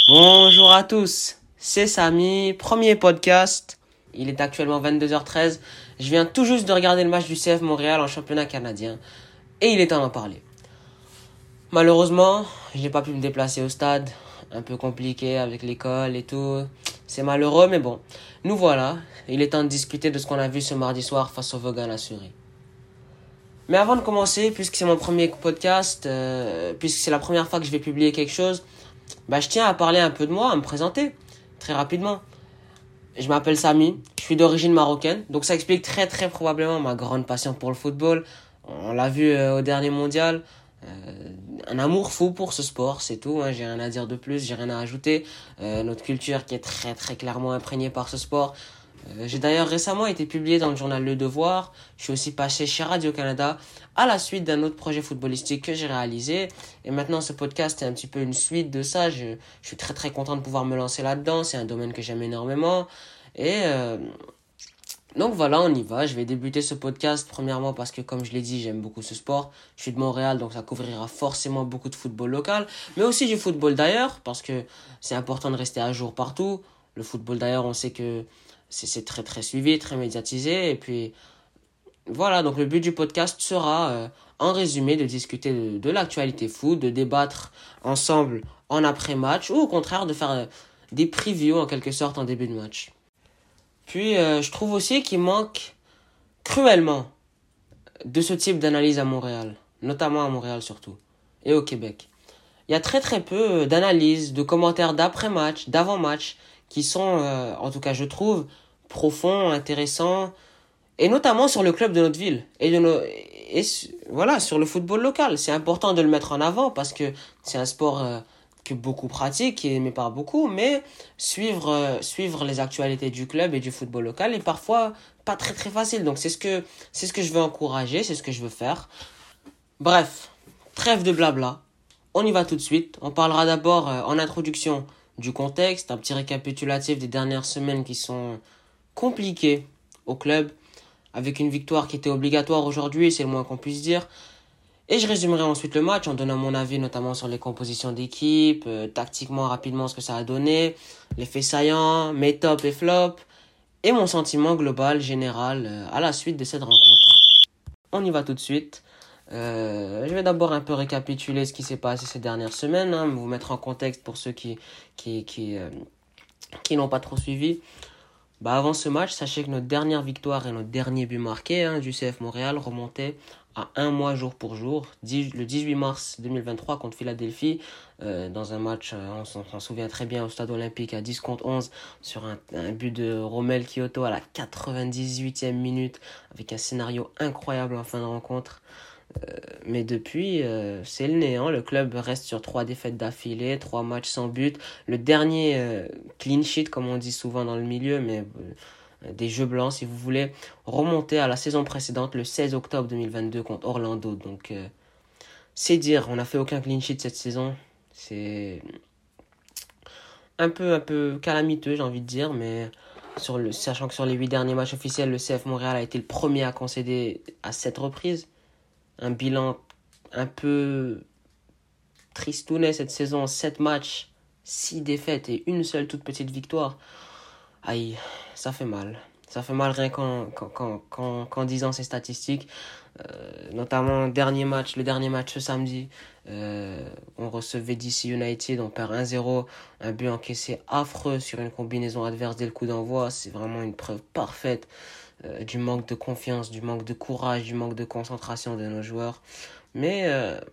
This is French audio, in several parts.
Bonjour à tous, c'est Samy, premier podcast. Il est actuellement 22h13. Je viens tout juste de regarder le match du CF Montréal en championnat canadien et il est temps d'en parler. Malheureusement, je n'ai pas pu me déplacer au stade, un peu compliqué avec l'école et tout. C'est malheureux mais bon, nous voilà. Il est temps de discuter de ce qu'on a vu ce mardi soir face au Vaughan Assuré. Mais avant de commencer, puisque c'est mon premier podcast, puisque c'est la première fois que je vais publier quelque chose, je tiens à parler un peu de moi, à me présenter, très rapidement. Je m'appelle Samy, je suis d'origine marocaine, donc ça explique très probablement ma grande passion pour le football. On l'a vu au dernier mondial, un amour fou pour ce sport, c'est tout, j'ai rien à dire de plus, j'ai rien à ajouter. Notre culture qui est très clairement imprégnée par ce sport. J'ai d'ailleurs récemment été publié dans le journal Le Devoir. Je suis aussi passé chez Radio-Canada à la suite d'un autre projet footballistique que j'ai réalisé. Et maintenant, ce podcast est un petit peu une suite de ça. Je suis très content de pouvoir me lancer là-dedans. C'est un domaine que j'aime énormément. Et donc voilà, on y va. Je vais débuter ce podcast premièrement parce que, comme je l'ai dit, j'aime beaucoup ce sport. Je suis de Montréal, donc ça couvrira forcément beaucoup de football local. Mais aussi du football d'ailleurs, parce que c'est important de rester à jour partout. Le football d'ailleurs, on sait que c'est très suivi, très médiatisé. Et puis voilà, donc le but du podcast sera en résumé de discuter de l'actualité foot, de débattre ensemble en après-match ou au contraire de faire des previews en quelque sorte en début de match. Puis je trouve aussi qu'il manque cruellement de ce type d'analyse à Montréal, notamment à Montréal surtout, et au Québec. Il y a très peu d'analyses, de commentaires d'après-match, d'avant-match, qui sont, en tout cas je trouve, profonds, intéressants, et notamment sur le club de notre ville, voilà, sur le football local. C'est important de le mettre en avant, parce que c'est un sport que beaucoup pratiquent, qui est aimé par beaucoup, mais suivre les actualités du club et du football local est parfois pas très facile. Donc c'est ce que je veux encourager, c'est ce que je veux faire. Bref, trêve de blabla. On y va tout de suite. On parlera d'abord en introduction du contexte, un petit récapitulatif des dernières semaines qui sont compliquées au club, avec une victoire qui était obligatoire aujourd'hui, c'est le moins qu'on puisse dire. Et je résumerai ensuite le match en donnant mon avis notamment sur les compositions d'équipe, tactiquement rapidement ce que ça a donné, les faits saillants, mes tops et flops, et mon sentiment global, général, à la suite de cette rencontre. On y va tout de suite. Je vais d'abord un peu récapituler ce qui s'est passé ces dernières semaines, vous mettre en contexte pour ceux qui n'ont pas trop suivi. Avant ce match, sachez que notre dernière victoire et notre dernier but marqué du CF Montréal remontait à un mois jour pour jour, le 18 mars 2023 contre Philadelphie, dans un match, on s'en souvient très bien, au stade olympique à 10-11 sur un but de Romel Kyoto à la 98e minute, avec un scénario incroyable en fin de rencontre. Mais depuis, c'est le néant. Le club reste sur 3 défaites d'affilée, 3 matchs sans but. Le dernier clean sheet, comme on dit souvent dans le milieu, mais des jeux blancs, si vous voulez, remonter à la saison précédente, le 16 octobre 2022 contre Orlando. Donc, c'est dire, on n'a fait aucun clean sheet cette saison. C'est un peu calamiteux, j'ai envie de dire, mais sachant que sur les 8 derniers matchs officiels, le CF Montréal a été le premier à concéder à 7 reprises. Un bilan un peu tristounet cette saison, 7 matchs, 6 défaites et une seule toute petite victoire. Aïe, ça fait mal. Ça fait mal rien qu'en disant ces statistiques. Notamment le dernier match ce samedi, on recevait DC United, on perd 1-0, un but encaissé affreux sur une combinaison adverse dès le coup d'envoi. C'est vraiment une preuve parfaite du manque de confiance, du manque de courage, du manque de concentration de nos joueurs. Mais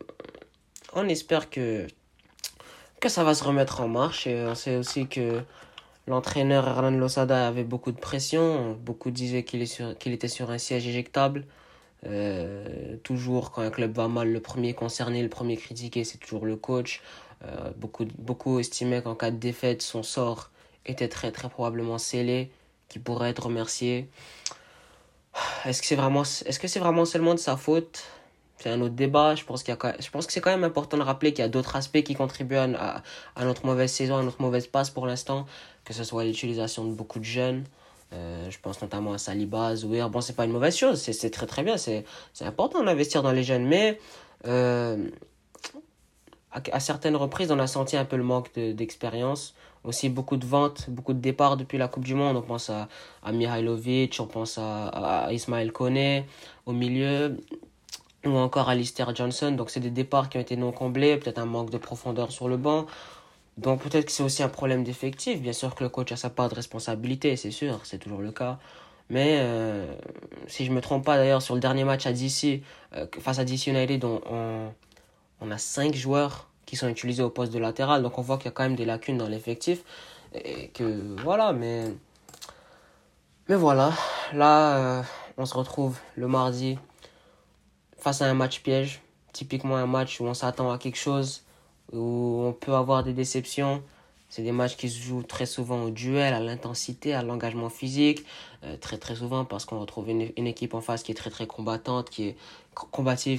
on espère que ça va se remettre en marche. Et on sait aussi que l'entraîneur Hernan Losada avait beaucoup de pression. Beaucoup disaient qu'il était sur un siège éjectable. Toujours quand un club va mal, le premier concerné, le premier critiqué, c'est toujours le coach. Beaucoup estimaient qu'en cas de défaite, son sort était très probablement scellé, qu'il pourrait être remercié. Est-ce que c'est vraiment seulement de sa faute? C'est un autre débat. Je pense que c'est quand même important de rappeler qu'il y a d'autres aspects qui contribuent à notre mauvaise saison, à notre mauvaise passe pour l'instant, que ce soit l'utilisation de beaucoup de jeunes. Je pense notamment à Saliba, Zouir. Bon, c'est pas une mauvaise chose, c'est très bien, c'est important d'investir dans les jeunes, mais à certaines reprises, on a senti un peu le manque d'expérience. Aussi beaucoup de ventes, beaucoup de départs depuis la Coupe du Monde. On pense à Mihailovic, on pense à Ismaël Koné au milieu, ou encore à Alistair Johnson. Donc c'est des départs qui ont été non comblés, peut-être un manque de profondeur sur le banc. Donc peut-être que c'est aussi un problème d'effectif. Bien sûr que le coach a sa part de responsabilité, c'est sûr, c'est toujours le cas. Mais si je me trompe pas d'ailleurs, sur le dernier match à DC, face à DC United, on a 5 joueurs qui sont utilisés au poste de latéral. Donc on voit qu'il y a quand même des lacunes dans l'effectif. Et que voilà, mais voilà. Là, on se retrouve le mardi face à un match piège. Typiquement un match où on s'attend à quelque chose, où on peut avoir des déceptions. C'est des matchs qui se jouent très souvent au duel, à l'intensité, à l'engagement physique. Très très souvent parce qu'on retrouve une équipe en face qui est très très combattante, qui est combative,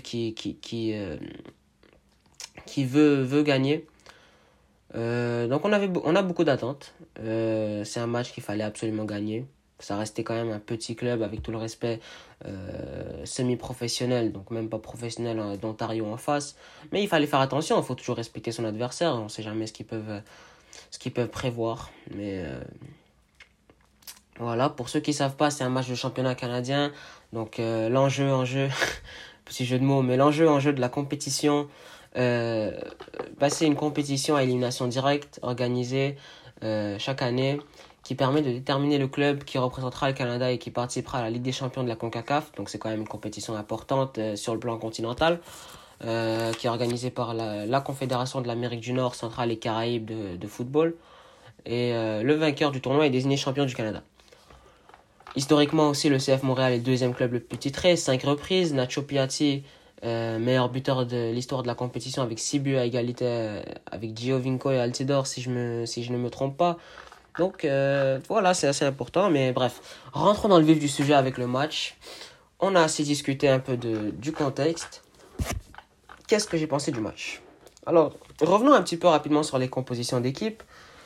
qui veut gagner. Donc on a beaucoup d'attentes. C'est un match qu'il fallait absolument gagner. Ça restait quand même un petit club avec tout le respect semi-professionnel, donc même pas professionnel d'Ontario en face. Mais il fallait faire attention, il faut toujours respecter son adversaire. On ne sait jamais ce qu'ils peuvent prévoir. Mais voilà, pour ceux qui ne savent pas, c'est un match de championnat canadien. Donc enjeu, petit jeu de mots, mais enjeu de la compétition. C'est une compétition à élimination directe organisée chaque année qui permet de déterminer le club qui représentera le Canada et qui participera à la Ligue des champions de la CONCACAF. Donc c'est quand même une compétition importante sur le plan continental qui est organisée par la Confédération de l'Amérique du Nord, Centrale et Caraïbes de football. Et le vainqueur du tournoi est désigné champion du Canada. Historiquement aussi, le CF Montréal est le deuxième club le plus titré, 5 reprises. Nacho Piatti, meilleur buteur de l'histoire de la compétition avec 6 buts à égalité avec Giovinco et Altidore si je ne me trompe pas. Donc voilà, c'est assez important. Mais bref, rentrons dans le vif du sujet avec le match. On a assez discuté un peu du contexte. Qu'est-ce que j'ai pensé du match? Alors, revenons un petit peu rapidement sur les compositions d'équipe.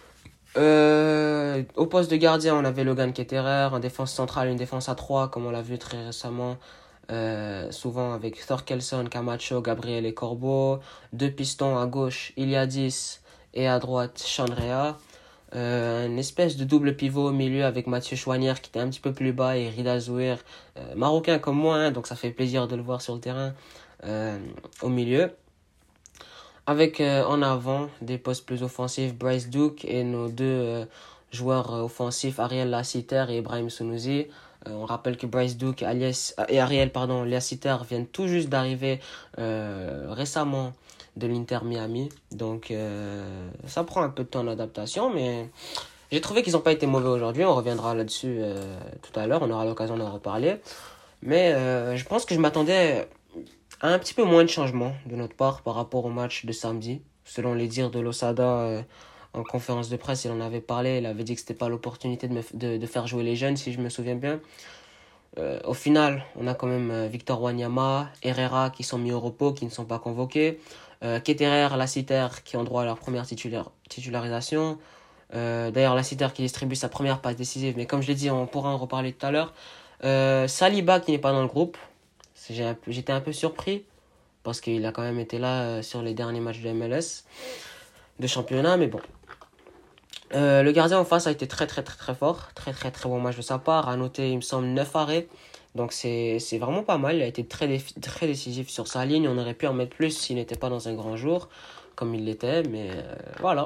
Au poste de gardien, on avait Logan Ketterer, en défense centrale, une défense à 3 comme on l'a vu très récemment, souvent avec Thorkelson, Camacho, Gabriel et Corbeau. 2 pistons à gauche, Iliadis, et à droite, Chandrea. Une espèce de double pivot au milieu avec Mathieu Chouanière qui était un petit peu plus bas et Rida Zouir, marocain comme moi, hein, donc ça fait plaisir de le voir sur le terrain, au milieu. Avec en avant des postes plus offensifs, Bryce Duke et nos deux joueurs offensifs, Ariel Lassiter et Ibrahim Sounouzi. On rappelle que Bryce Duke et Ariel Lassiter viennent tout juste d'arriver récemment de l'Inter Miami. Donc ça prend un peu de temps d'adaptation, mais j'ai trouvé qu'ils n'ont pas été mauvais aujourd'hui. On reviendra là-dessus tout à l'heure, on aura l'occasion d'en reparler. Mais je pense que je m'attendais un petit peu moins de changements de notre part par rapport au match de samedi. Selon les dires de Losada, en conférence de presse, il en avait parlé. Il avait dit que c'était pas l'opportunité de faire jouer les jeunes, si je me souviens bien. Au final, on a quand même Victor Wanyama, Herrera qui sont mis au repos, qui ne sont pas convoqués. Ketterer, Lassiter qui ont droit à leur première titularisation. D'ailleurs, Lassiter qui distribue sa première passe décisive. Mais comme je l'ai dit, on pourra en reparler tout à l'heure. Saliba qui n'est pas dans le groupe. J'étais un peu surpris parce qu'il a quand même été là sur les derniers matchs de MLS, de championnat, mais bon. Le gardien en face a été très très très très fort, très très très bon match de sa part, à noter il me semble 9 arrêts, donc c'est vraiment pas mal, il a été très décisif sur sa ligne, on aurait pu en mettre plus s'il n'était pas dans un grand jour, comme il l'était, mais voilà.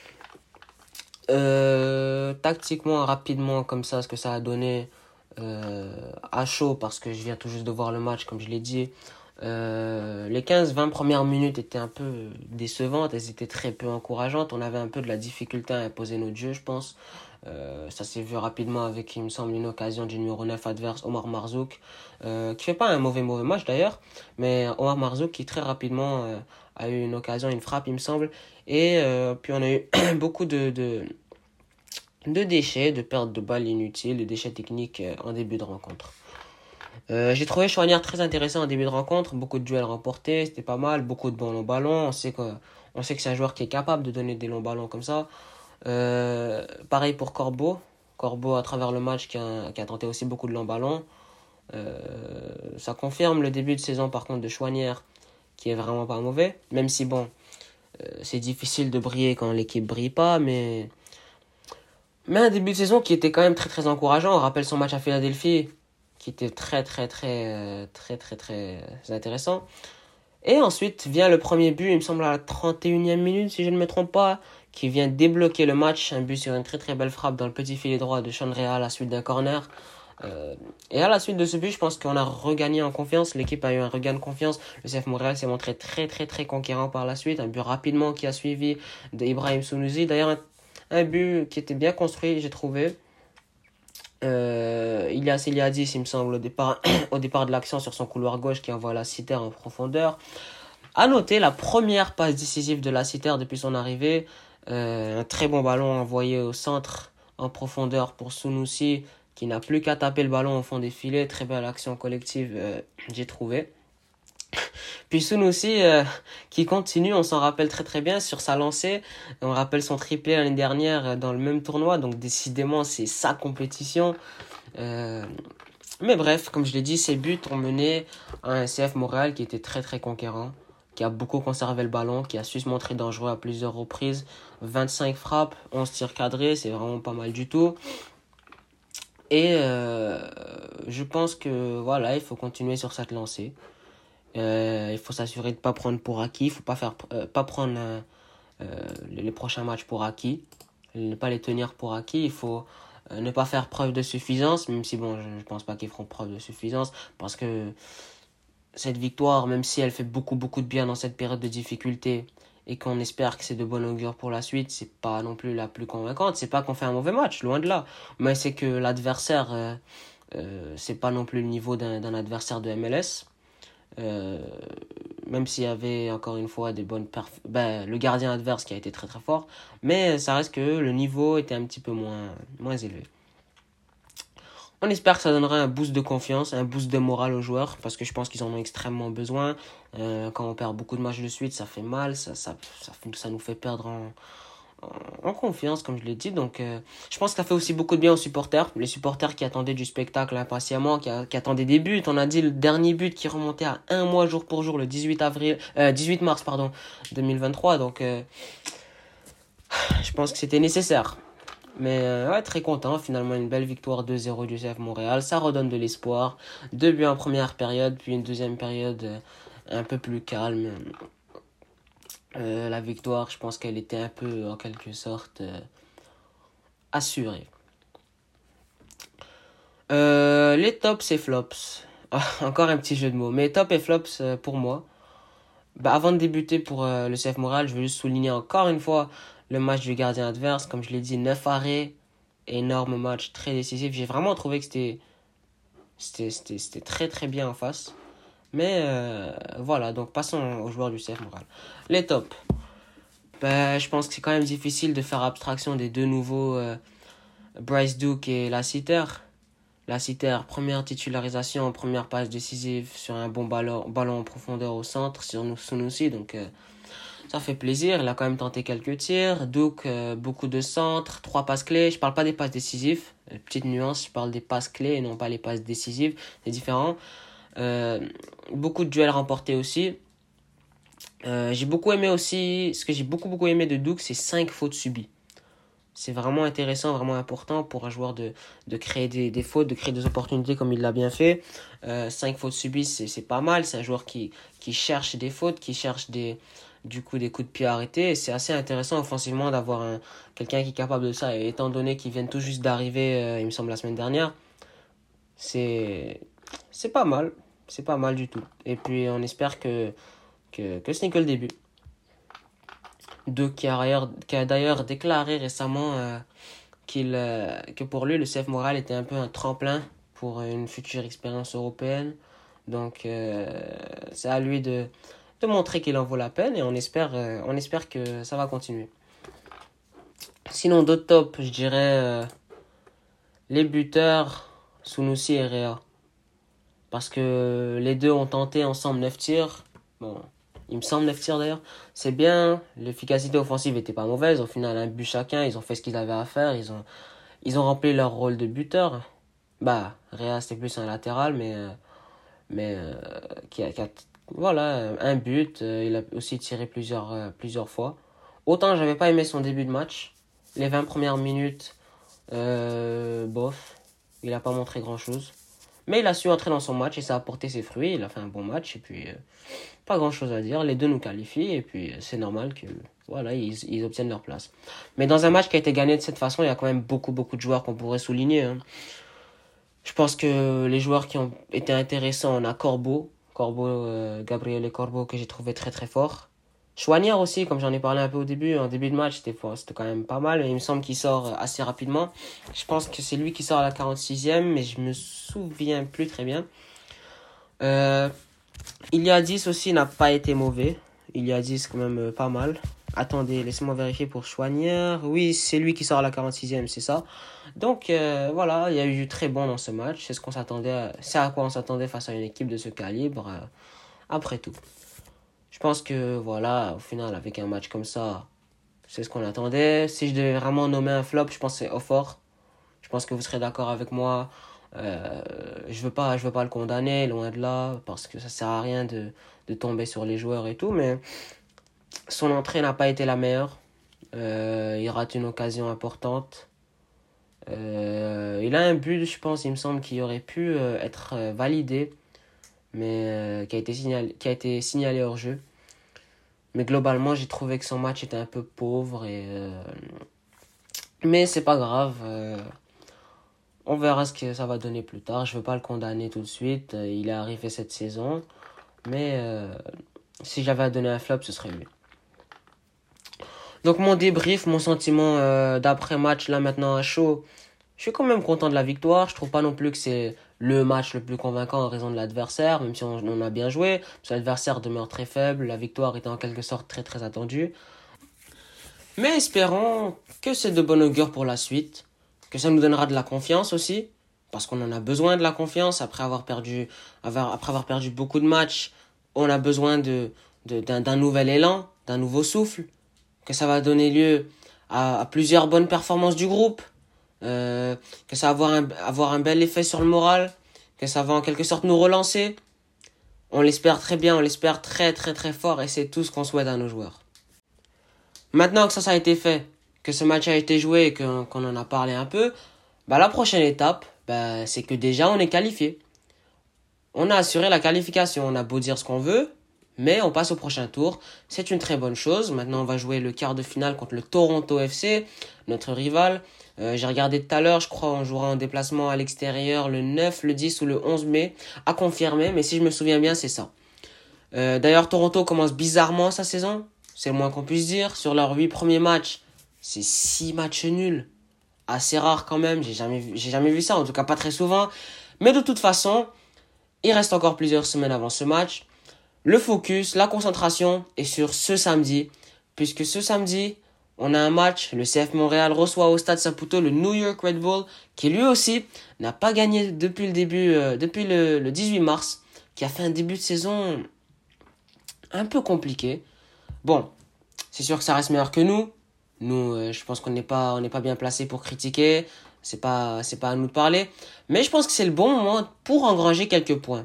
Tactiquement, rapidement, comme ça, ce que ça a donné à chaud, parce que je viens tout juste de voir le match, comme je l'ai dit. Les 15-20 premières minutes étaient un peu décevantes, elles étaient très peu encourageantes. On avait un peu de la difficulté à imposer notre jeu, je pense. Ça s'est vu rapidement avec, il me semble, une occasion du numéro 9 adverse, Omar Marzouk, qui fait pas un mauvais match d'ailleurs, mais Omar Marzouk qui très rapidement a eu une occasion, une frappe, il me semble. Et puis on a eu beaucoup de déchets, de pertes de balles inutiles, de déchets techniques en début de rencontre. J'ai trouvé Chouanière très intéressant en début de rencontre, beaucoup de duels remportés, c'était pas mal, beaucoup de bons longs ballons, on sait que c'est un joueur qui est capable de donner des longs ballons comme ça. Pareil pour Corbeau, à travers le match qui a tenté aussi beaucoup de longs ballons. Ça confirme le début de saison par contre de Chouanière qui est vraiment pas mauvais, même si bon, C'est difficile de briller quand l'équipe brille pas, mais un début de saison qui était quand même très très encourageant. On rappelle son match à Philadelphie, qui était très intéressant. Et ensuite vient le premier but, il me semble à la 31e minute, si je ne me trompe pas, qui vient débloquer le match. Un but sur une très belle frappe dans le petit filet droit de Sean Rea à la suite d'un corner. Et à la suite de ce but, je pense qu'on a regagné en confiance. L'équipe a eu un regain de confiance. Le CF Montréal s'est montré très conquérant par la suite. Un but rapidement qui a suivi d'Ibrahim Sunusi. D'ailleurs, un but qui était bien construit, j'ai trouvé. Ilias Eliadis, il me semble, au départ de l'action sur son couloir gauche qui envoie la Citer en profondeur. À noter la première passe décisive de la Citer depuis son arrivée. Un très bon ballon envoyé au centre en profondeur pour Sunusi, qui n'a plus qu'à taper le ballon au fond des filets. Très belle action collective, j'ai trouvé. Puis Sunusi, qui continue, on s'en rappelle très bien, sur sa lancée. On rappelle son triplé l'année dernière dans le même tournoi, donc décidément c'est sa compétition. Mais bref, comme je l'ai dit, ces buts ont mené à un CF Montréal qui était très conquérant, qui a beaucoup conservé le ballon, qui a su se montrer dangereux à plusieurs reprises. 25 frappes, 11 tirs cadrés, c'est vraiment pas mal du tout. Et je pense que voilà, il faut continuer sur cette lancée. Il faut s'assurer de ne pas prendre pour acquis. Il ne faut pas prendre les prochains matchs pour acquis. Ne pas les tenir pour acquis. Il faut ne pas faire preuve de suffisance. Même si bon, je ne pense pas qu'ils feront preuve de suffisance. Parce que cette victoire, même si elle fait beaucoup de bien dans cette période de difficulté, et qu'on espère que c'est de bon augure pour la suite, c'est pas non plus la plus convaincante. C'est pas qu'on fait un mauvais match, loin de là. Mais c'est que l'adversaire, c'est pas non plus le niveau d'un adversaire de MLS. Même s'il y avait encore une fois des bonnes le gardien adverse qui a été très fort, mais ça reste que le niveau était un petit peu moins élevé. On espère que ça donnera un boost de confiance, un boost de morale aux joueurs, parce que je pense qu'ils en ont extrêmement besoin. Quand on perd beaucoup de matchs de suite, ça fait mal, ça nous fait perdre en confiance, comme je l'ai dit. Donc, je pense que ça fait aussi beaucoup de bien aux supporters. Les supporters qui attendaient du spectacle impatiemment, qui attendaient des buts. On a dit le dernier but qui remontait à un mois jour pour jour, le 18 mars 2023. Donc, je pense que c'était nécessaire. Mais ouais, très content. Finalement, une belle victoire 2-0 du CF Montréal. Ça redonne de l'espoir. 2 buts en première période, puis une deuxième période un peu plus calme. La victoire, je pense qu'elle était un peu, en quelque sorte, assurée. Les tops et flops. Encore un petit jeu de mots. Mais tops et flops pour moi. Avant de débuter pour le CF Montréal, je veux juste souligner encore une fois le match du gardien adverse. Comme je l'ai dit, 9 arrêts. Énorme match, très décisif. J'ai vraiment trouvé que c'était très bien en face. Mais voilà, donc passons aux joueurs du CF Montréal. Les tops. Je pense que c'est quand même difficile de faire abstraction des deux nouveaux Bryce Duke et Lassiter. Lassiter, première titularisation, première passe décisive sur un bon ballon en profondeur au centre sur Sunusi. Donc ça fait plaisir. Il a quand même tenté quelques tirs. Duke, beaucoup de centres, 3 passes clés. Je parle pas des passes décisives. Petite nuance, je parle des passes clés et non pas les passes décisives. C'est différent. Beaucoup de duels remportés aussi. J'ai beaucoup aimé aussi, ce que j'ai beaucoup aimé de Duke, c'est 5 fautes subies. C'est vraiment intéressant, vraiment important pour un joueur de créer des fautes, de créer des opportunités comme il l'a bien fait. 5 fautes subies, c'est pas mal. C'est un joueur qui cherche des fautes, qui cherche des coups de pied arrêtés. Et c'est assez intéressant offensivement d'avoir quelqu'un qui est capable de ça. Et étant donné qu'il vient tout juste d'arriver, il me semble la semaine dernière, c'est pas mal. C'est pas mal du tout. Et puis on espère que ce n'est que le début. Qui a d'ailleurs déclaré récemment que pour lui, le CF Montréal était un peu un tremplin pour une future expérience européenne. Donc, c'est à lui de montrer qu'il en vaut la peine et on espère que ça va continuer. Sinon, d'autres tops, je dirais les buteurs, Sunusi et Rea. Parce que les deux ont tenté ensemble 9 tirs. Bon, il me semble 9 tirs d'ailleurs. C'est bien, l'efficacité offensive était pas mauvaise. Au final, un but chacun, ils ont fait ce qu'ils avaient à faire. Ils ont rempli leur rôle de buteur. Rea c'était plus un latéral, mais qui voilà, un but. Il a aussi tiré plusieurs fois. Autant j'avais pas aimé son début de match. Les 20 premières minutes, bof. Il a pas montré grand-chose. Mais il a su entrer dans son match et ça a porté ses fruits. Il a fait un bon match et puis pas grand-chose à dire. Les deux nous qualifient et puis c'est normal que voilà, ils obtiennent leur place. Mais dans un match qui a été gagné de cette façon, il y a quand même beaucoup de joueurs qu'on pourrait souligner, hein. Je pense que les joueurs qui ont été intéressants, on a Gabriel Corbo que j'ai trouvé très fort. Chouanière aussi, comme j'en ai parlé un peu au début, en début de match, c'était quand même pas mal. Il me semble qu'il sort assez rapidement. Je pense que c'est lui qui sort à la 46e, mais je me souviens plus très bien. Iliadis aussi n'a pas été mauvais. Iliadis quand même pas mal. Attendez, laissez-moi vérifier pour Chouanière. Oui, c'est lui qui sort à la 46e, c'est ça. Donc voilà, il y a eu très bon dans ce match. C'est à quoi on s'attendait face à une équipe de ce calibre, après tout. Je pense que voilà, au final, avec un match comme ça, c'est ce qu'on attendait. Si je devais vraiment nommer un flop, je pense que c'est Ofor. Je pense que vous serez d'accord avec moi. Je veux pas le condamner, loin de là, parce que ça sert à rien de tomber sur les joueurs et tout, mais son entrée n'a pas été la meilleure. Il rate une occasion importante. Il a un but, je pense, il me semble, qui aurait pu être validé, mais qui a été signalé hors jeu. Mais globalement, j'ai trouvé que son match était un peu pauvre. Mais c'est pas grave. On verra ce que ça va donner plus tard. Je veux pas le condamner tout de suite. Il est arrivé cette saison. Mais si j'avais à donner un flop, ce serait lui. Donc mon débrief, mon sentiment d'après-match, là maintenant à chaud. Je suis quand même content de la victoire. Je trouve pas non plus que c'est le match le plus convaincant en raison de l'adversaire, même si on a bien joué. Parce que l'adversaire demeure très faible. La victoire était en quelque sorte très attendue. Mais espérons que c'est de bon augure pour la suite. Que ça nous donnera de la confiance aussi. Parce qu'on en a besoin de la confiance. Après avoir perdu beaucoup de matchs, on a besoin d'un nouvel élan, d'un nouveau souffle. Que ça va donner lieu à plusieurs bonnes performances du groupe. Que ça va avoir un bel effet sur le moral, que ça va en quelque sorte nous relancer. On l'espère très bien, on l'espère très fort et c'est tout ce qu'on souhaite à nos joueurs. Maintenant que ça a été fait, que ce match a été joué et qu'on en a parlé un peu, la prochaine étape, c'est que déjà on est qualifié. On a assuré la qualification, on a beau dire ce qu'on veut, mais on passe au prochain tour. C'est une très bonne chose. Maintenant, on va jouer le quart de finale contre le Toronto FC, notre rival. J'ai regardé tout à l'heure, je crois on jouera en déplacement à l'extérieur le 9, le 10 ou le 11 mai. À confirmer, mais si je me souviens bien, c'est ça. D'ailleurs, Toronto commence bizarrement sa saison. C'est le moins qu'on puisse dire. Sur leurs 8 premiers matchs, c'est 6 matchs nuls. Assez rare quand même. J'ai jamais vu ça, en tout cas pas très souvent. Mais de toute façon, il reste encore plusieurs semaines avant ce match. Le focus, la concentration est sur ce samedi, puisque ce samedi, on a un match, le CF Montréal reçoit au Stade Saputo le New York Red Bull, qui lui aussi n'a pas gagné depuis le 18 mars, qui a fait un début de saison un peu compliqué. Bon, c'est sûr que ça reste meilleur que nous. Nous, je pense qu'on n'est pas bien placé pour critiquer, c'est pas à nous de parler, mais je pense que c'est le bon moment pour engranger quelques points.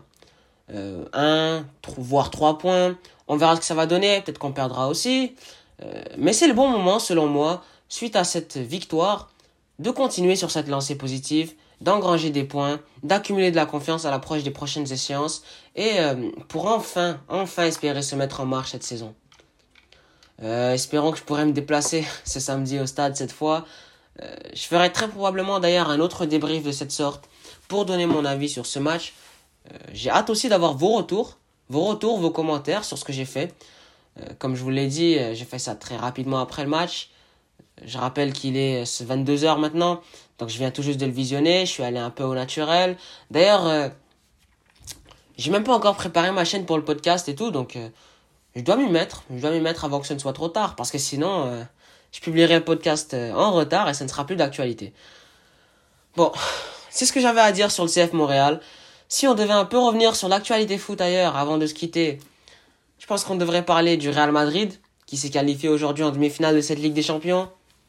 1, voire 3 points. On verra ce que ça va donner. Peut-être qu'on perdra aussi. Mais c'est le bon moment, selon moi, suite à cette victoire, de continuer sur cette lancée positive, d'engranger des points, d'accumuler de la confiance à l'approche des prochaines échéances et pour enfin espérer se mettre en marche cette saison. Espérons que je pourrai me déplacer ce samedi au stade cette fois. Je ferai très probablement d'ailleurs un autre débrief de cette sorte pour donner mon avis sur ce match. J'ai hâte aussi d'avoir vos retours, vos commentaires sur ce que j'ai fait. Comme je vous l'ai dit, j'ai fait ça très rapidement après le match. Je rappelle qu'il est 22h maintenant, donc je viens tout juste de le visionner. Je suis allé un peu au naturel. D'ailleurs, j'ai même pas encore préparé ma chaîne pour le podcast et tout, donc je dois m'y mettre. Je dois m'y mettre avant que ce ne soit trop tard, parce que sinon, je publierai le podcast en retard et ça ne sera plus d'actualité. Bon, c'est ce que j'avais à dire sur le CF Montréal. Si on devait un peu revenir sur l'actualité foot ailleurs avant de se quitter, je pense qu'on devrait parler du Real Madrid, qui s'est qualifié aujourd'hui en demi-finale de cette Ligue des Champions.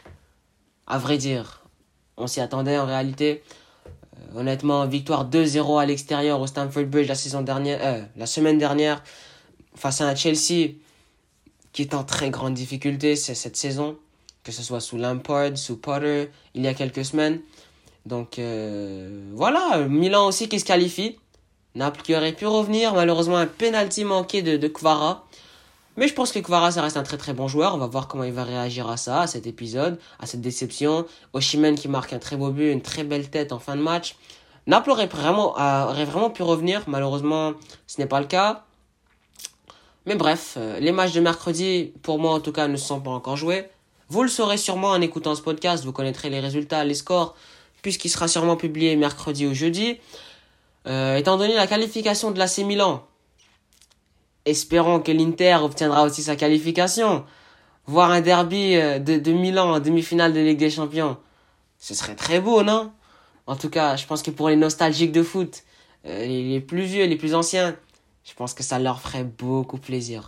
À vrai dire, on s'y attendait en réalité. Honnêtement, victoire 2-0 à l'extérieur au Stamford Bridge la semaine dernière. face à un Chelsea qui est en très grande difficulté cette saison, que ce soit sous Lampard, sous Potter, il y a quelques semaines. Donc voilà, Milan aussi qui se qualifie. Naples qui aurait pu revenir, malheureusement un penalty manqué de Kvara. Mais je pense que Kvara, ça reste un très très bon joueur. On va voir comment il va réagir à ça, à cet épisode, à cette déception. Osimhen qui marque un très beau but, une très belle tête en fin de match. Naples aurait vraiment pu revenir. Malheureusement, ce n'est pas le cas. Mais bref, les matchs de mercredi, pour moi en tout cas, ne sont pas encore joués. Vous le saurez sûrement en écoutant ce podcast. Vous connaîtrez les résultats, les scores, puisqu'il sera sûrement publié mercredi ou jeudi. Étant donné la qualification de l'AC Milan, espérons que l'Inter obtiendra aussi sa qualification. Voir un derby de Milan en demi-finale de Ligue des Champions, ce serait très beau, non? En tout cas, je pense que pour les nostalgiques de foot, les plus vieux, les plus anciens, je pense que ça leur ferait beaucoup plaisir.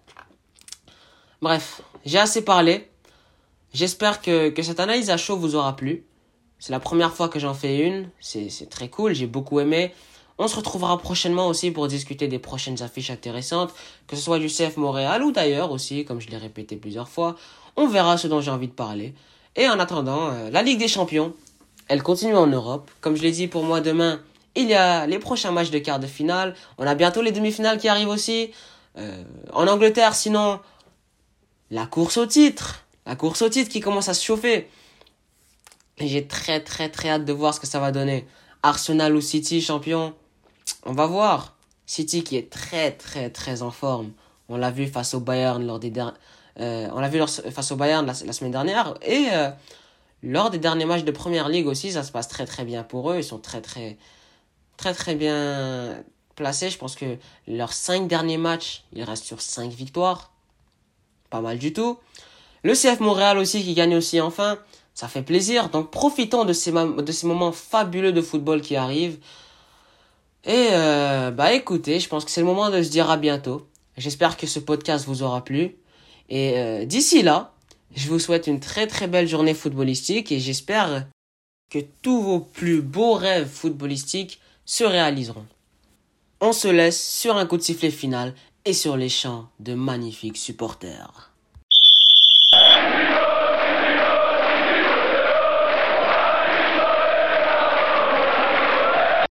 Bref, j'ai assez parlé. J'espère que cette analyse à chaud vous aura plu. C'est la première fois que j'en fais une. C'est très cool, j'ai beaucoup aimé. On se retrouvera prochainement aussi pour discuter des prochaines affiches intéressantes, que ce soit du CF Montréal ou d'ailleurs aussi, comme je l'ai répété plusieurs fois. On verra ce dont j'ai envie de parler. Et en attendant, la Ligue des Champions, elle continue en Europe. Comme je l'ai dit, pour moi demain, il y a les prochains matchs de quart de finale. On a bientôt les demi-finales qui arrivent aussi. En Angleterre, sinon, la course au titre. La course au titre qui commence à se chauffer. Et j'ai très très très hâte de voir ce que ça va donner. Arsenal ou City champion, on va voir. City qui est très très très en forme. On l'a vu face au Bayern face au Bayern la semaine dernière. Et lors des derniers matchs de Première Ligue aussi, ça se passe très très bien pour eux. Ils sont très très très très bien placés. Je pense que leurs 5 derniers matchs, ils restent sur 5 victoires. Pas mal du tout. Le CF Montréal aussi qui gagne aussi enfin. Ça fait plaisir. Donc profitons de ces moments fabuleux de football qui arrivent. Et écoutez, je pense que c'est le moment de se dire à bientôt. J'espère que ce podcast vous aura plu. Et d'ici là, je vous souhaite une très très belle journée footballistique. Et j'espère que tous vos plus beaux rêves footballistiques se réaliseront. On se laisse sur un coup de sifflet final et sur les chants de magnifiques supporters.